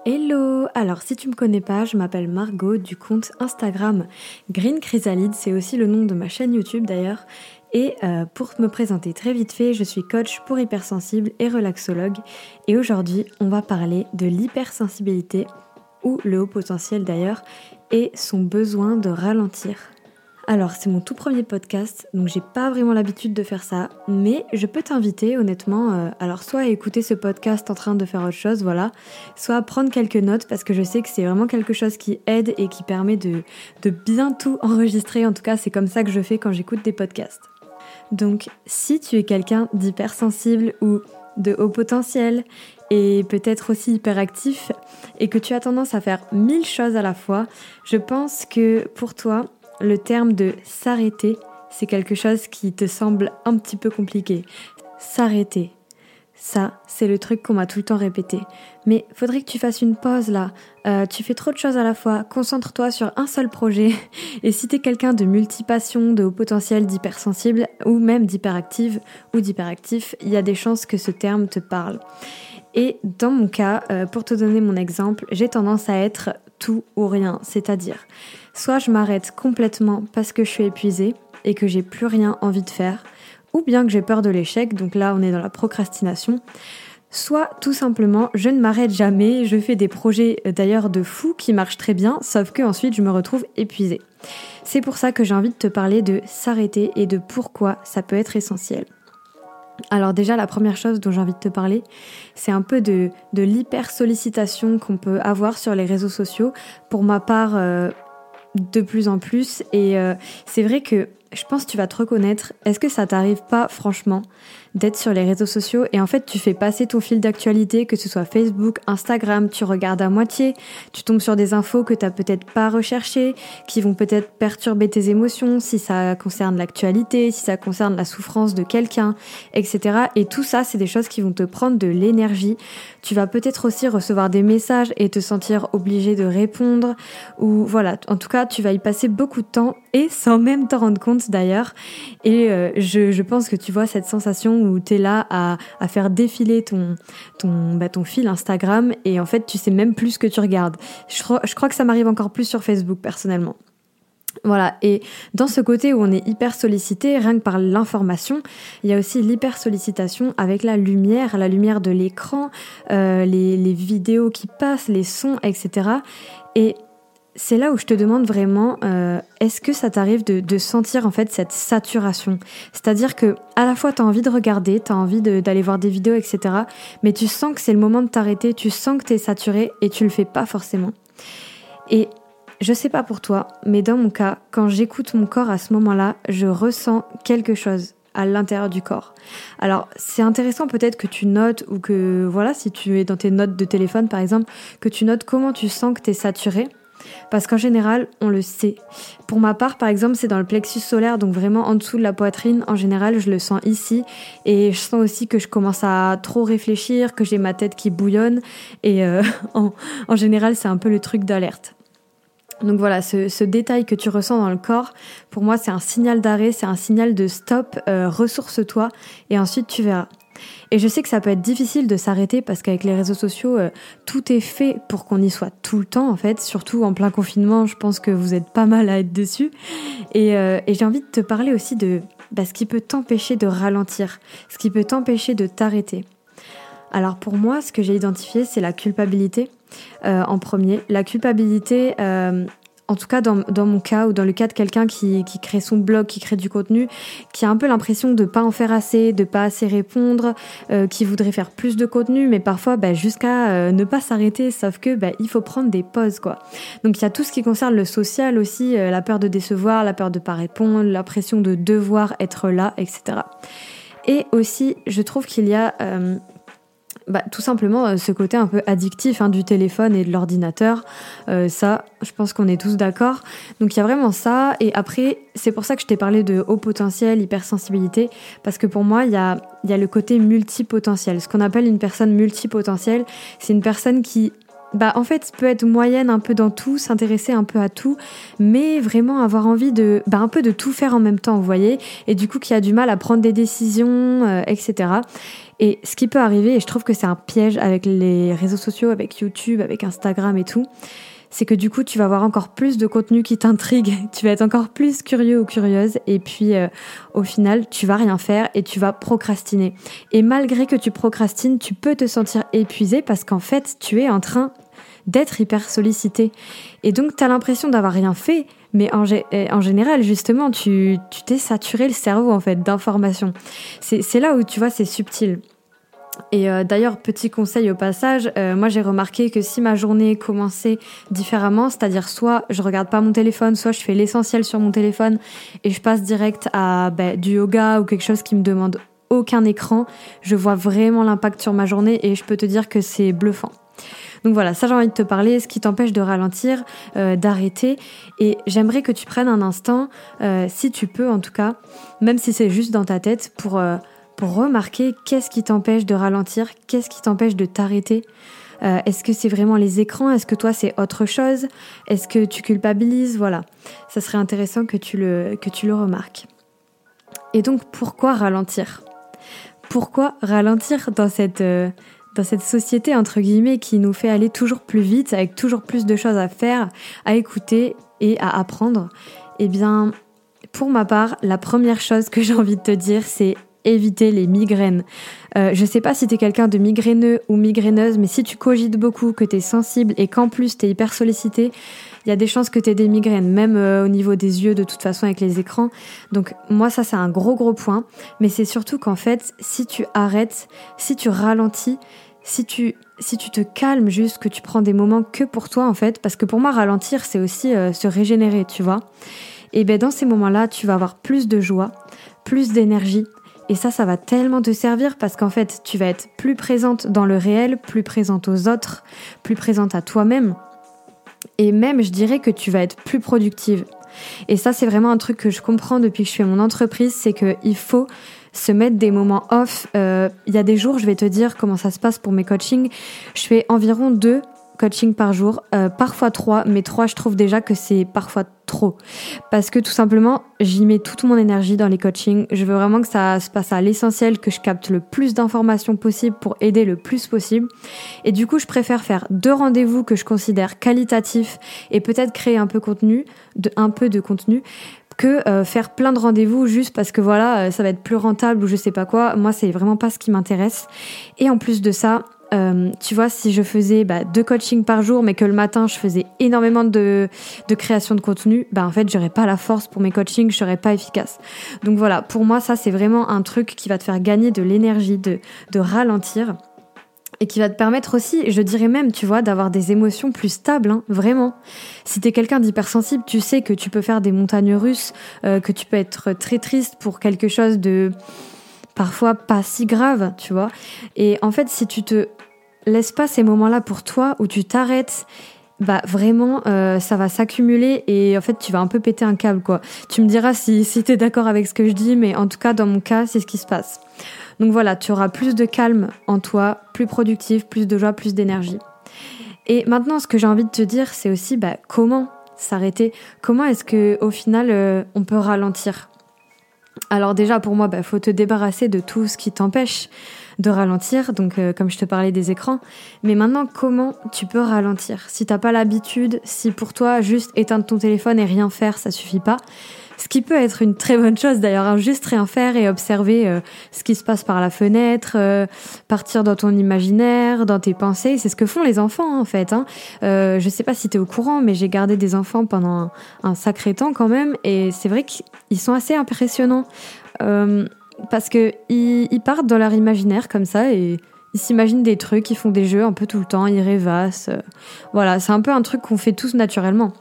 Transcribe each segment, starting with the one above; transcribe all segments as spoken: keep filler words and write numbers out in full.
Hello! Alors si tu me connais pas, je m'appelle Margot du compte Instagram Green Chrysalide, c'est aussi le nom de ma chaîne YouTube d'ailleurs. Et euh, pour me présenter très vite fait, je suis coach pour hypersensible et relaxologue. Et aujourd'hui, on va parler de l'hypersensibilité, ou le haut potentiel d'ailleurs, et son besoin de ralentir. Alors c'est mon tout premier podcast, donc j'ai pas vraiment l'habitude de faire ça, mais je peux t'inviter honnêtement, euh, alors soit à écouter ce podcast en train de faire autre chose, voilà, soit à prendre quelques notes parce que je sais que c'est vraiment quelque chose qui aide et qui permet de, de bien tout enregistrer, en tout cas c'est comme ça que je fais quand j'écoute des podcasts. Donc si tu es quelqu'un d'hypersensible ou de haut potentiel et peut-être aussi hyperactif et que tu as tendance à faire mille choses à la fois, je pense que pour toi, le terme de s'arrêter, c'est quelque chose qui te semble un petit peu compliqué. S'arrêter, ça, c'est le truc qu'on m'a tout le temps répété. Mais faudrait que tu fasses une pause là. Euh, tu fais trop de choses à la fois. Concentre-toi sur un seul projet. Et si t'es quelqu'un de multipassion, de haut potentiel, d'hypersensible, ou même d'hyperactive ou d'hyperactif, il y a des chances que ce terme te parle. Et dans mon cas, euh, pour te donner mon exemple, j'ai tendance à être tout ou rien, c'est-à-dire soit je m'arrête complètement parce que je suis épuisée et que j'ai plus rien envie de faire, ou bien que j'ai peur de l'échec, donc là on est dans la procrastination, soit tout simplement je ne m'arrête jamais, je fais des projets d'ailleurs de fou qui marchent très bien, sauf que ensuite je me retrouve épuisée. C'est pour ça que j'ai envie de te parler de s'arrêter et de pourquoi ça peut être essentiel. Alors déjà, la première chose dont j'ai envie de te parler, c'est un peu de, de l'hyper-sollicitation qu'on peut avoir sur les réseaux sociaux. Pour ma part, euh, de plus en plus. Et euh, c'est vrai que je pense que tu vas te reconnaître. Est-ce que ça t'arrive pas, franchement, d'être sur les réseaux sociaux et en fait tu fais passer ton fil d'actualité, que ce soit Facebook, Instagram, tu regardes à moitié, tu tombes sur des infos que t'as peut-être pas recherchées, qui vont peut-être perturber tes émotions si ça concerne l'actualité, si ça concerne la souffrance de quelqu'un, et cetera. Et tout ça, c'est des choses qui vont te prendre de l'énergie. Tu vas peut-être aussi recevoir des messages et te sentir obligé de répondre, ou voilà, en tout cas, tu vas y passer beaucoup de temps et sans même t'en rendre compte d'ailleurs. Et euh, je, je pense que tu vois cette sensation où t'es là à, à faire défiler ton, ton, bah, ton fil Instagram et en fait tu sais même plus ce que tu regardes. Je, je crois que ça m'arrive encore plus sur Facebook personnellement. Voilà, et dans ce côté où on est hyper sollicité, rien que par l'information, il y a aussi l'hyper sollicitation avec la lumière, la lumière de l'écran, euh, les, les vidéos qui passent, les sons, et cetera. Et c'est là où je te demande vraiment, euh, est-ce que ça t'arrive de, de sentir en fait cette saturation ? C'est-à-dire que à la fois t'as envie de regarder, t'as envie de, d'aller voir des vidéos, et cetera. Mais tu sens que c'est le moment de t'arrêter, tu sens que t'es saturé et tu le fais pas forcément. Et je sais pas pour toi, mais dans mon cas, quand j'écoute mon corps à ce moment-là, je ressens quelque chose à l'intérieur du corps. Alors, c'est intéressant peut-être que tu notes ou que, voilà, si tu es dans tes notes de téléphone par exemple, que tu notes comment tu sens que t'es saturé. Parce qu'en général, on le sait. Pour ma part, par exemple, c'est dans le plexus solaire, donc vraiment en dessous de la poitrine. En général, je le sens ici. Et je sens aussi que je commence à trop réfléchir, que j'ai ma tête qui bouillonne. Et euh, en, en général, c'est un peu le truc d'alerte. Donc voilà, ce, ce détail que tu ressens dans le corps, pour moi, c'est un signal d'arrêt, c'est un signal de stop, euh, ressource-toi, et ensuite tu verras. Et je sais que ça peut être difficile de s'arrêter parce qu'avec les réseaux sociaux, euh, tout est fait pour qu'on y soit tout le temps en fait. Surtout en plein confinement, je pense que vous êtes pas mal à être dessus. Et, euh, et j'ai envie de te parler aussi de bah, ce qui peut t'empêcher de ralentir, ce qui peut t'empêcher de t'arrêter. Alors pour moi, ce que j'ai identifié, c'est la culpabilité euh, en premier. La culpabilité... Euh, En tout cas, dans, dans mon cas ou dans le cas de quelqu'un qui, qui crée son blog, qui crée du contenu, qui a un peu l'impression de pas en faire assez, de pas assez répondre, euh, qui voudrait faire plus de contenu, mais parfois bah, jusqu'à euh, ne pas s'arrêter, sauf que bah, il faut prendre des pauses, quoi. Donc il y a tout ce qui concerne le social aussi, euh, la peur de décevoir, la peur de pas répondre, la pression de devoir être là, et cetera. Et aussi, je trouve qu'il y a... Euh, Bah, tout simplement euh, ce côté un peu addictif hein, du téléphone et de l'ordinateur, euh, ça je pense qu'on est tous d'accord, donc il y a vraiment ça. Et après c'est pour ça que je t'ai parlé de haut potentiel, hypersensibilité, parce que pour moi il y a, il y a le côté multipotentiel. Ce qu'on appelle une personne multipotentielle, c'est une personne qui bah en fait peut être moyenne un peu dans tout, s'intéresser un peu à tout, mais vraiment avoir envie de bah un peu de tout faire en même temps, vous voyez, et du coup qui a du mal à prendre des décisions, euh, et cetera. Et ce qui peut arriver, et je trouve que c'est un piège avec les réseaux sociaux, avec YouTube, avec Instagram et tout, c'est que du coup, tu vas avoir encore plus de contenu qui t'intrigue, tu vas être encore plus curieux ou curieuse, et puis euh, au final, tu vas rien faire et tu vas procrastiner. Et malgré que tu procrastines, tu peux te sentir épuisé parce qu'en fait, tu es en train d'être hyper sollicité. Et donc, tu as l'impression d'avoir rien fait, mais en, g- en général, justement, tu, tu t'es saturé le cerveau en fait d'informations. C'est, c'est là où, tu vois, c'est subtil. Et euh, d'ailleurs, petit conseil au passage, euh, moi j'ai remarqué que si ma journée commençait différemment, c'est-à-dire soit je regarde pas mon téléphone, soit je fais l'essentiel sur mon téléphone et je passe direct à bah, du yoga ou quelque chose qui me demande aucun écran, je vois vraiment l'impact sur ma journée et je peux te dire que c'est bluffant. Donc voilà, ça j'ai envie de te parler, ce qui t'empêche de ralentir, euh, d'arrêter. Et j'aimerais que tu prennes un instant, euh, si tu peux en tout cas, même si c'est juste dans ta tête, pour... Euh, pour remarquer qu'est-ce qui t'empêche de ralentir, qu'est-ce qui t'empêche de t'arrêter. Euh, est-ce que c'est vraiment les écrans ? Est-ce que toi c'est autre chose ? Est-ce que tu culpabilises ? Voilà, ça serait intéressant que tu le, que tu le remarques. Et donc pourquoi ralentir ? Pourquoi ralentir dans cette, euh, dans cette société entre guillemets qui nous fait aller toujours plus vite, avec toujours plus de choses à faire, à écouter et à apprendre ? Eh bien, pour ma part, la première chose que j'ai envie de te dire, c'est éviter les migraines. Euh, je sais pas si t'es quelqu'un de migraineux ou migraineuse, mais si tu cogites beaucoup, que t'es sensible et qu'en plus t'es hyper sollicité, il y a des chances que t'aies des migraines, même euh, au niveau des yeux de toute façon avec les écrans. Donc moi ça c'est un gros gros point, mais c'est surtout qu'en fait si tu arrêtes, si tu ralentis, si tu, si tu te calmes juste, que tu prends des moments que pour toi en fait, parce que pour moi ralentir c'est aussi euh, se régénérer, tu vois. Et ben dans ces moments-là tu vas avoir plus de joie, plus d'énergie. Et ça, ça va tellement te servir parce qu'en fait, tu vas être plus présente dans le réel, plus présente aux autres, plus présente à toi-même. Et même, je dirais que tu vas être plus productive. Et ça, c'est vraiment un truc que je comprends depuis que je fais mon entreprise, c'est qu'il faut se mettre des moments off. Euh, il y a des jours, je vais te dire comment ça se passe pour mes coachings. Je fais environ deux coachings par jour, euh, parfois trois, mais trois, je trouve déjà que c'est parfois trop. Parce que tout simplement, j'y mets toute mon énergie dans les coachings. Je veux vraiment que ça se passe à l'essentiel, que je capte le plus d'informations possible pour aider le plus possible. Et du coup, je préfère faire deux rendez-vous que je considère qualitatifs et peut-être créer un peu contenu, de, un peu de contenu, que euh, faire plein de rendez-vous juste parce que voilà, euh, ça va être plus rentable ou je sais pas quoi. Moi, c'est vraiment pas ce qui m'intéresse. Et en plus de ça, Euh, tu vois, si je faisais bah, deux coachings par jour, mais que le matin je faisais énormément de, de création de contenu, bah en fait j'aurais pas la force pour mes coachings, je serais pas efficace. Donc voilà, pour moi ça c'est vraiment un truc qui va te faire gagner de l'énergie, de, de ralentir, et qui va te permettre aussi, je dirais même, tu vois, d'avoir des émotions plus stables, hein, vraiment. Si t'es quelqu'un d'hypersensible, tu sais que tu peux faire des montagnes russes, euh, que tu peux être très triste pour quelque chose de parfois pas si grave, tu vois. Et en fait, si tu te laisses pas ces moments-là pour toi, où tu t'arrêtes, bah vraiment, euh, ça va s'accumuler et en fait, tu vas un peu péter un câble, quoi. Tu me diras si, si t'es d'accord avec ce que je dis, mais en tout cas, dans mon cas, c'est ce qui se passe. Donc voilà, tu auras plus de calme en toi, plus productif, plus de joie, plus d'énergie. Et maintenant, ce que j'ai envie de te dire, c'est aussi bah, comment s'arrêter. Comment est-ce que au final, euh, on peut ralentir ? Alors déjà, pour moi, bah, faut te débarrasser de tout ce qui t'empêche de ralentir, donc euh, comme je te parlais des écrans. Mais maintenant, comment tu peux ralentir ? Si t'as pas l'habitude, si pour toi, juste éteindre ton téléphone et rien faire, ça suffit pas. Ce qui peut être une très bonne chose d'ailleurs, hein, juste rien faire et observer euh, ce qui se passe par la fenêtre, euh, partir dans ton imaginaire, dans tes pensées. C'est ce que font les enfants hein, en fait. Hein. Euh, je sais pas si t'es au courant, mais j'ai gardé des enfants pendant un, un sacré temps quand même, et c'est vrai qu'ils sont assez impressionnants euh, parce que ils, ils partent dans leur imaginaire comme ça et ils s'imaginent des trucs, ils font des jeux un peu tout le temps, ils rêvassent. Euh, voilà, c'est un peu un truc qu'on fait tous naturellement.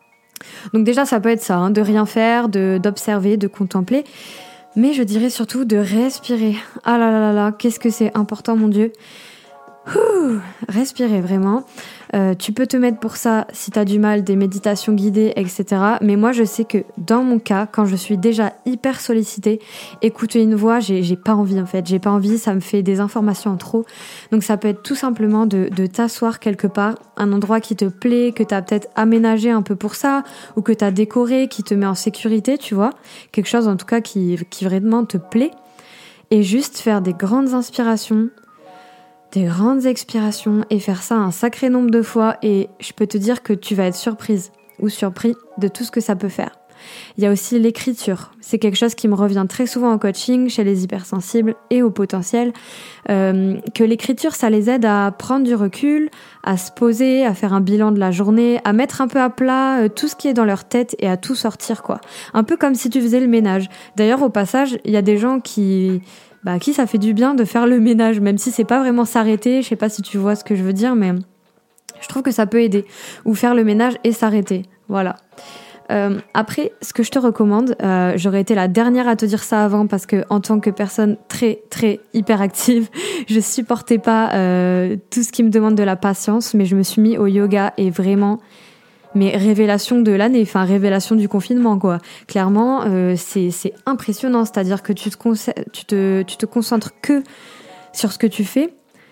Donc déjà, ça peut être ça, hein, de rien faire, de, d'observer, de contempler. Mais je dirais surtout de respirer. Ah là là là là, qu'est-ce que c'est important, mon Dieu. Ouh, respirer, vraiment. Euh, tu peux te mettre pour ça, si t'as du mal, des méditations guidées, et cetera. Mais moi, je sais que dans mon cas, quand je suis déjà hyper sollicitée, écouter une voix, j'ai, j'ai pas envie en fait. J'ai pas envie, ça me fait des informations en trop. Donc ça peut être tout simplement de, de t'asseoir quelque part, un endroit qui te plaît, que t'as peut-être aménagé un peu pour ça, ou que t'as décoré, qui te met en sécurité, tu vois. Quelque chose en tout cas qui, qui vraiment te plaît. et juste faire des grandes inspirations, des grandes expirations et faire ça un sacré nombre de fois et je peux te dire que tu vas être surprise ou surpris de tout ce que ça peut faire. Il y a aussi l'écriture. C'est quelque chose qui me revient très souvent en coaching chez les hypersensibles et au potentiel, euh, que l'écriture, ça les aide à prendre du recul, à se poser, à faire un bilan de la journée, à mettre un peu à plat euh, tout ce qui est dans leur tête et à tout sortir, quoi. Un peu comme si tu faisais le ménage. D'ailleurs, au passage, il y a des gens qui... Bah, à qui ça fait du bien de faire le ménage, même si c'est pas vraiment s'arrêter. Je sais pas si tu vois ce que je veux dire, mais je trouve que ça peut aider. Ou faire le ménage et s'arrêter. Voilà. Euh, après, ce que je te recommande, euh, j'aurais été la dernière à te dire ça avant parce que en tant que personne très très hyperactive, je supportais pas euh, tout ce qui me demande de la patience, mais je me suis mis au yoga et vraiment, mais révélation de l'année, enfin révélation du confinement quoi. Clairement, euh, c'est c'est impressionnant, c'est-à-dire que tu te conce- tu te tu te concentres que sur ce que tu fais.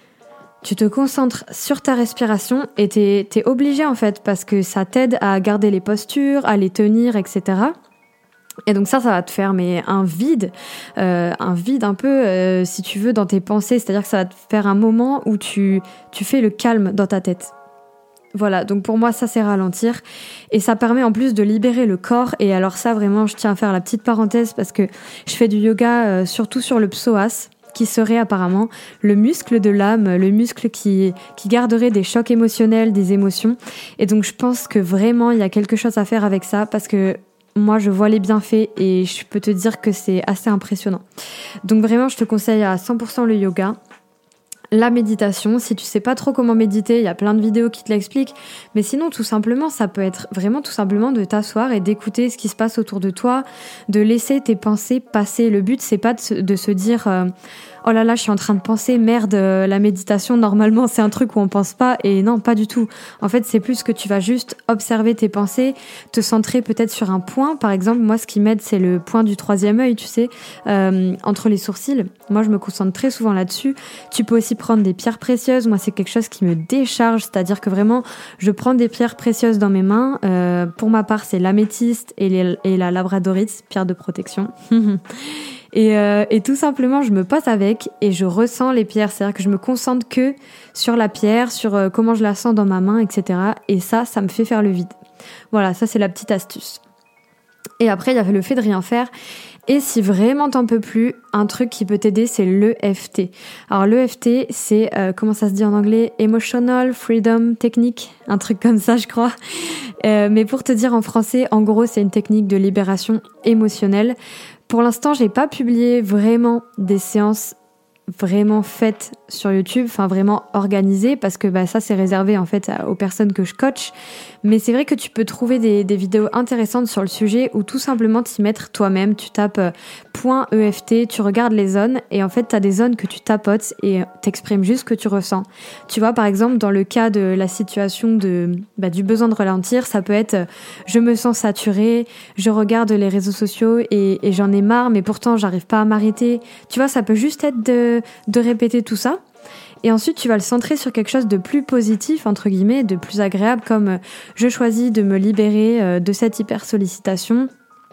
Tu te concentres sur ta respiration et t'es, t'es obligé en fait parce que ça t'aide à garder les postures, à les tenir, et cetera. Et donc ça, ça va te faire mais un vide, euh, un vide un peu, euh, si tu veux, dans tes pensées. C'est-à-dire que ça va te faire un moment où tu, tu fais le calme dans ta tête. Voilà, donc pour moi, ça c'est ralentir. Et ça permet en plus de libérer le corps. Et alors ça, vraiment, je tiens à faire la petite parenthèse parce que je fais du yoga euh, surtout sur le psoas, qui serait apparemment le muscle de l'âme, le muscle qui, qui garderait des chocs émotionnels, des émotions. Et donc je pense que vraiment il y a quelque chose à faire avec ça parce que moi je vois les bienfaits et je peux te dire que c'est assez impressionnant. Donc vraiment je te conseille à cent pour cent le yoga. La méditation, si tu sais pas trop comment méditer, il y a plein de vidéos qui te l'expliquent, mais sinon tout simplement ça peut être vraiment tout simplement de t'asseoir et d'écouter ce qui se passe autour de toi, de laisser tes pensées passer. Le but c'est pas de se, de se dire euh, oh là là je suis en train de penser, merde, euh, la méditation normalement c'est un truc où on pense pas, et non pas du tout. En fait c'est plus que tu vas juste observer tes pensées, te centrer peut-être sur un point. Par exemple moi ce qui m'aide c'est le point du troisième œil, tu sais, euh, entre les sourcils. Moi je me concentre très souvent là-dessus. Tu peux aussi prendre des pierres précieuses. Moi c'est quelque chose qui me décharge, c'est-à-dire que vraiment je prends des pierres précieuses dans mes mains. Euh, pour ma part c'est l'améthyste et, les, et la labradorite, pierre de protection. Et, euh, et tout simplement, je me pose avec et je ressens les pierres. C'est-à-dire que je me concentre que sur la pierre, sur euh, comment je la sens dans ma main, et cetera. Et ça, ça me fait faire le vide. Voilà, ça c'est la petite astuce. Et après, il y avait le fait de rien faire. Et si vraiment t'en peux plus, un truc qui peut t'aider, c'est l'E F T. Alors l'E F T, c'est, euh, comment ça se dit en anglais? Emotional Freedom Technique, un truc comme ça, je crois. Euh, mais pour te dire en français, en gros, c'est une technique de libération émotionnelle. Pour l'instant, j'ai pas publié vraiment des séances vraiment faites sur YouTube, enfin vraiment organisées, parce que bah, ça c'est réservé en fait aux personnes que je coach. Mais c'est vrai que tu peux trouver des, des vidéos intéressantes sur le sujet ou tout simplement t'y mettre toi-même. Tu tapes euh, point E F T, tu regardes les zones et en fait t'as des zones que tu tapotes et t'exprimes juste ce que tu ressens. Tu vois, par exemple, dans le cas de la situation de bah, du besoin de ralentir, ça peut être euh, je me sens saturée, je regarde les réseaux sociaux et, et j'en ai marre, mais pourtant j'arrive pas à m'arrêter. Tu vois, ça peut juste être de, de répéter tout ça. Et ensuite, tu vas le centrer sur quelque chose de plus positif, entre guillemets, de plus agréable, comme euh, je choisis de me libérer euh, de cette hyper-sollicitation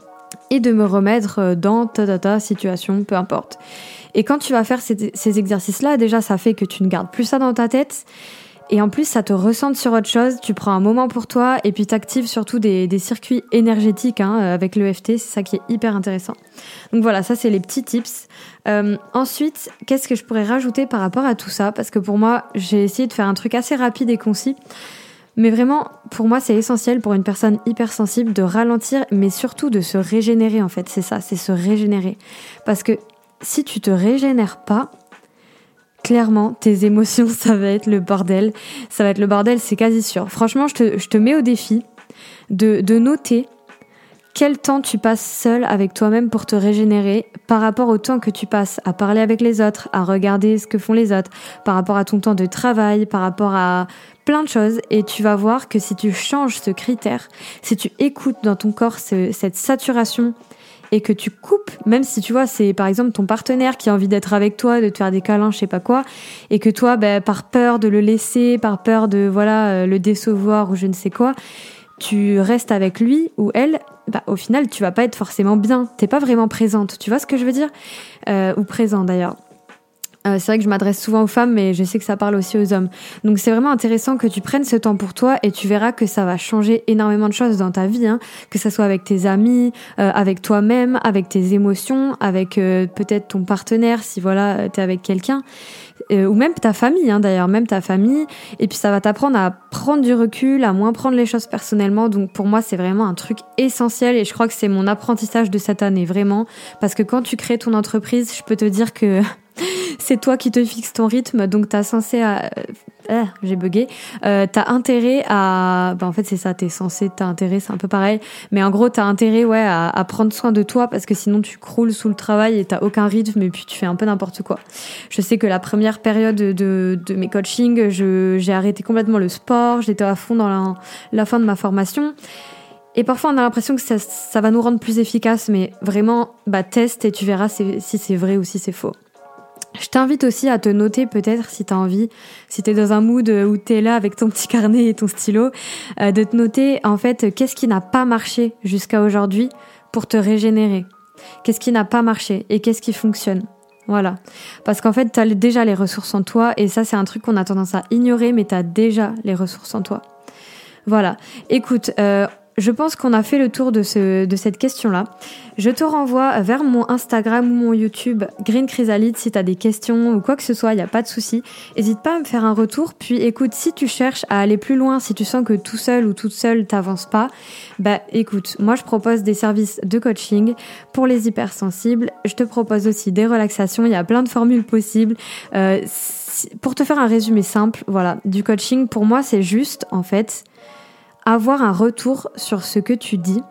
et de me remettre euh, dans ta ta ta situation, peu importe. Et quand tu vas faire ces, ces exercices-là, déjà, ça fait que tu ne gardes plus ça dans ta tête. Et en plus, ça te recentre sur autre chose. Tu prends un moment pour toi et puis t'actives surtout des, des circuits énergétiques hein, avec l'E F T. C'est ça qui est hyper intéressant. Donc voilà, ça c'est les petits tips. Euh, ensuite, qu'est-ce que je pourrais rajouter par rapport à tout ça? Parce que pour moi, j'ai essayé de faire un truc assez rapide et concis. Mais vraiment, pour moi, c'est essentiel pour une personne hypersensible de ralentir, mais surtout de se régénérer en fait. C'est ça, c'est se régénérer. Parce que si tu te régénères pas, clairement, tes émotions, ça va être le bordel. Ça va être le bordel, c'est quasi sûr. Franchement, je te, je te mets au défi de, de noter quel temps tu passes seul avec toi-même pour te régénérer par rapport au temps que tu passes à parler avec les autres, à regarder ce que font les autres, par rapport à ton temps de travail, par rapport à plein de choses. Et tu vas voir que si tu changes ce critère, si tu écoutes dans ton corps ce, cette saturation et que tu coupes, même si tu vois, c'est par exemple ton partenaire qui a envie d'être avec toi, de te faire des câlins, je sais pas quoi, et que toi, bah, par peur de le laisser, par peur de voilà le décevoir ou je ne sais quoi, tu restes avec lui ou elle bah, au final, tu vas pas être forcément bien. T'es pas vraiment présente. Tu vois ce que je veux dire ? euh, Ou présent d'ailleurs. Euh, c'est vrai que je m'adresse souvent aux femmes, mais je sais que ça parle aussi aux hommes. Donc c'est vraiment intéressant que tu prennes ce temps pour toi et tu verras que ça va changer énormément de choses dans ta vie, hein, que ça soit avec tes amis, euh, avec toi-même, avec tes émotions, avec euh, peut-être ton partenaire si voilà t'es avec quelqu'un, euh, ou même ta famille, hein, d'ailleurs, même ta famille. Et puis ça va t'apprendre à prendre du recul, à moins prendre les choses personnellement. Donc pour moi c'est vraiment un truc essentiel et je crois que c'est mon apprentissage de cette année, vraiment. Parce que quand tu crées ton entreprise, je peux te dire que c'est toi qui te fixes ton rythme, donc t'as censé à... Euh, j'ai bugué. Euh, t'as intérêt à... Bah, en fait, c'est ça, t'es censé, t'as intérêt, c'est un peu pareil. Mais en gros, t'as intérêt, ouais, à, à prendre soin de toi parce que sinon tu croules sous le travail et t'as aucun rythme et puis tu fais un peu n'importe quoi. Je sais que la première période de, de mes coachings, je, j'ai arrêté complètement le sport, j'étais à fond dans la, la fin de ma formation. Et parfois, on a l'impression que ça, ça va nous rendre plus efficaces, mais vraiment, bah, teste et tu verras si, si c'est vrai ou si c'est faux. Je t'invite aussi à te noter peut-être si t'as envie, si t'es dans un mood où t'es là avec ton petit carnet et ton stylo, euh, de te noter en fait qu'est-ce qui n'a pas marché jusqu'à aujourd'hui pour te régénérer. Qu'est-ce qui n'a pas marché et qu'est-ce qui fonctionne. Voilà. Parce qu'en fait, t'as déjà les ressources en toi et ça c'est un truc qu'on a tendance à ignorer mais t'as déjà les ressources en toi. Voilà. Écoute, euh, je pense qu'on a fait le tour de, ce, de cette question-là. Je te renvoie vers mon Instagram ou mon YouTube, Green Chrysalide, si tu as des questions ou quoi que ce soit, il n'y a pas de souci. N'hésite pas à me faire un retour. Puis écoute, si tu cherches à aller plus loin, si tu sens que tout seul ou toute seule t'avances pas, bah écoute, moi je propose des services de coaching pour les hypersensibles. Je te propose aussi des relaxations, il y a plein de formules possibles. Euh, si, pour te faire un résumé simple, voilà, du coaching, pour moi c'est juste en fait avoir un retour sur ce que tu dis,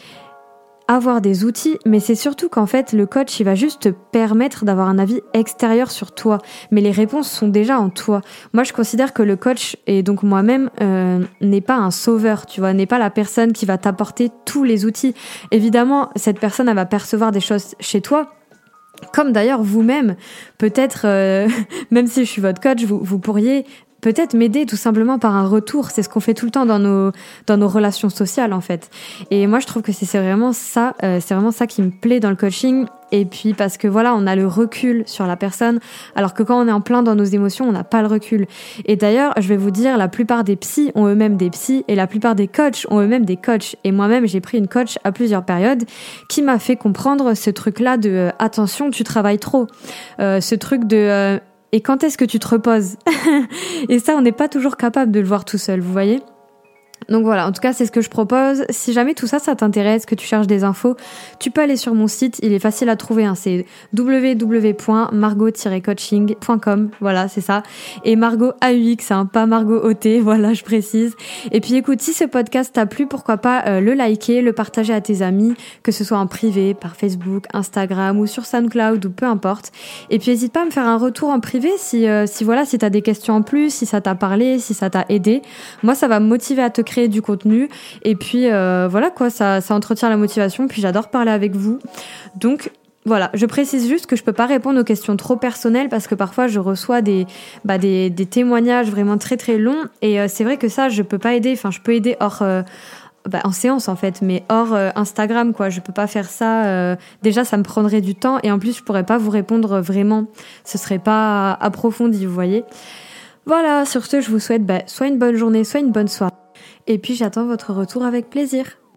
avoir des outils, mais c'est surtout qu'en fait, le coach, il va juste te permettre d'avoir un avis extérieur sur toi. Mais les réponses sont déjà en toi. Moi, je considère que le coach, et donc moi-même, euh, n'est pas un sauveur, tu vois, n'est pas la personne qui va t'apporter tous les outils. Évidemment, cette personne, elle va percevoir des choses chez toi, comme d'ailleurs vous-même. Peut-être, euh, même si je suis votre coach, vous, vous pourriez peut-être m'aider tout simplement par un retour. C'est ce qu'on fait tout le temps dans nos dans nos relations sociales en fait. Et moi je trouve que c'est, c'est vraiment ça, euh, c'est vraiment ça qui me plaît dans le coaching. Et puis parce que voilà, on a le recul sur la personne, alors que quand on est en plein dans nos émotions, on n'a pas le recul. Et d'ailleurs, je vais vous dire, la plupart des psys ont eux-mêmes des psys et la plupart des coachs ont eux-mêmes des coachs. Et moi-même, j'ai pris une coach à plusieurs périodes qui m'a fait comprendre ce truc-là de euh, attention, tu travailles trop. Euh, ce truc de euh, et quand est-ce que tu te reposes? Et ça, on n'est pas toujours capable de le voir tout seul, vous voyez? Donc voilà, en tout cas, c'est ce que je propose. Si jamais tout ça, ça t'intéresse, que tu cherches des infos, tu peux aller sur mon site. Il est facile à trouver, hein, c'est w w w point margot tiret coaching point com. Voilà, c'est ça. Et Margot A U X, hein, pas Margot O T, voilà, je précise. Et puis écoute, si ce podcast t'a plu, pourquoi pas euh, le liker, le partager à tes amis, que ce soit en privé, par Facebook, Instagram ou sur SoundCloud ou peu importe. Et puis n'hésite pas à me faire un retour en privé si, euh, si voilà, si t'as des questions en plus, si ça t'a parlé, si ça t'a aidé. Moi, ça va me motiver à te créer du contenu et puis euh, voilà quoi, ça, ça entretient la motivation, puis j'adore parler avec vous. Donc voilà, je précise juste que je peux pas répondre aux questions trop personnelles parce que parfois je reçois des, bah, des, des témoignages vraiment très très longs et euh, c'est vrai que ça je peux pas aider, enfin je peux aider hors... Euh, Bah, en séance en fait, mais hors euh, Instagram quoi, je peux pas faire ça, euh, déjà ça me prendrait du temps et en plus je pourrais pas vous répondre vraiment, ce serait pas approfondi, vous voyez. Voilà, sur ce je vous souhaite bah, soit une bonne journée, soit une bonne soirée et puis j'attends votre retour avec plaisir.